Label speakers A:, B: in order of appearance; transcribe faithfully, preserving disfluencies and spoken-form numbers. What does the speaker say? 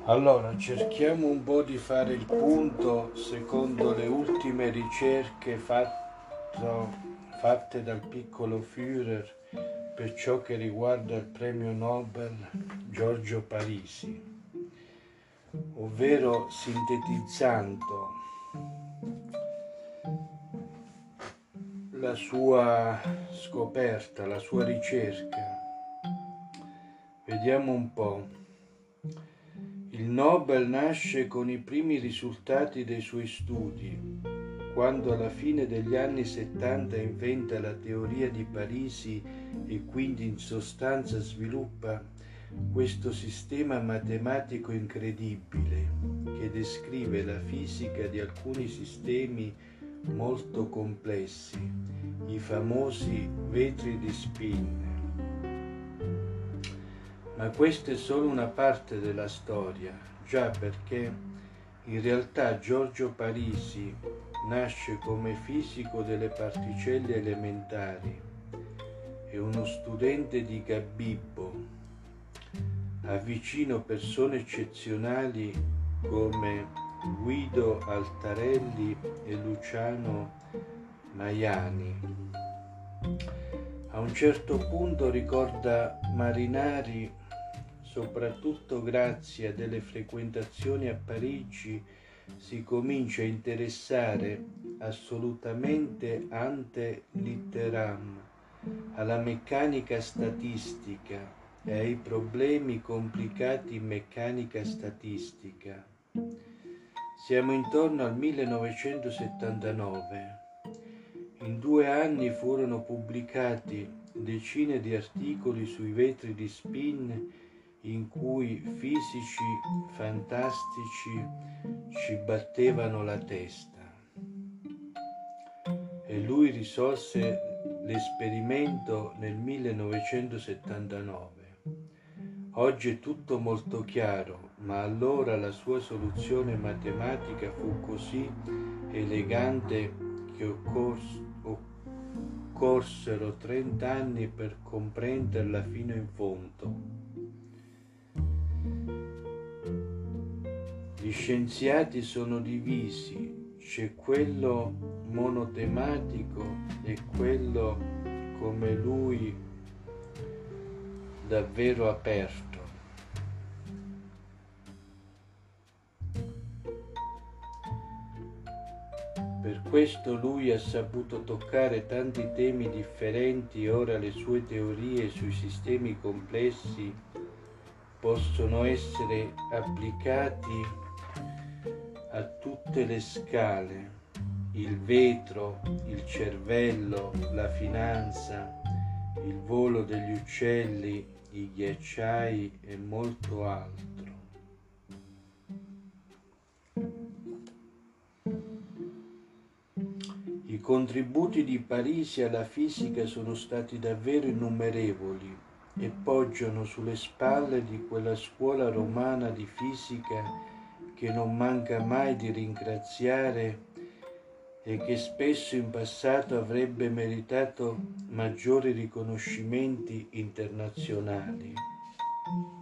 A: Allora, cerchiamo un po' di fare il punto secondo le ultime ricerche fatto, fatte dal piccolo Führer per ciò che riguarda il premio Nobel Giorgio Parisi, ovvero sintetizzando la sua scoperta, la sua ricerca. Vediamo un po'. Il Nobel nasce con i primi risultati dei suoi studi, quando alla fine degli anni settanta inventa la teoria di Parisi e quindi in sostanza sviluppa questo sistema matematico incredibile che descrive la fisica di alcuni sistemi molto complessi, i famosi vetri di spin. Ma questa è solo una parte della storia, già perché in realtà Giorgio Parisi nasce come fisico delle particelle elementari e uno studente di Gabibbo. Ha vicino persone eccezionali come Guido Altarelli e Luciano Maiani. A un certo punto ricorda Marinari, soprattutto grazie a delle frequentazioni a Parigi, si comincia a interessare assolutamente ante litteram alla meccanica statistica e ai problemi complicati in meccanica statistica. Siamo intorno al millenovecentosettantanove. In due anni furono pubblicati decine di articoli sui vetri di spin in cui fisici fantastici ci battevano la testa. E lui risolse l'esperimento nel millenovecentosettantanove. Oggi è tutto molto chiaro, ma allora la sua soluzione matematica fu così elegante che occorse occorsero trent'anni per comprenderla fino in fondo. Gli scienziati sono divisi, c'è quello monotematico e quello come lui davvero aperto. Per questo lui ha saputo toccare tanti temi differenti e ora le sue teorie sui sistemi complessi possono essere applicati a tutte le scale, il vetro, il cervello, la finanza, il volo degli uccelli, i ghiacciai e molto altro. I contributi di Parisi alla fisica sono stati davvero innumerevoli e poggiano sulle spalle di quella scuola romana di fisica che non manca mai di ringraziare e che spesso in passato avrebbe meritato maggiori riconoscimenti internazionali.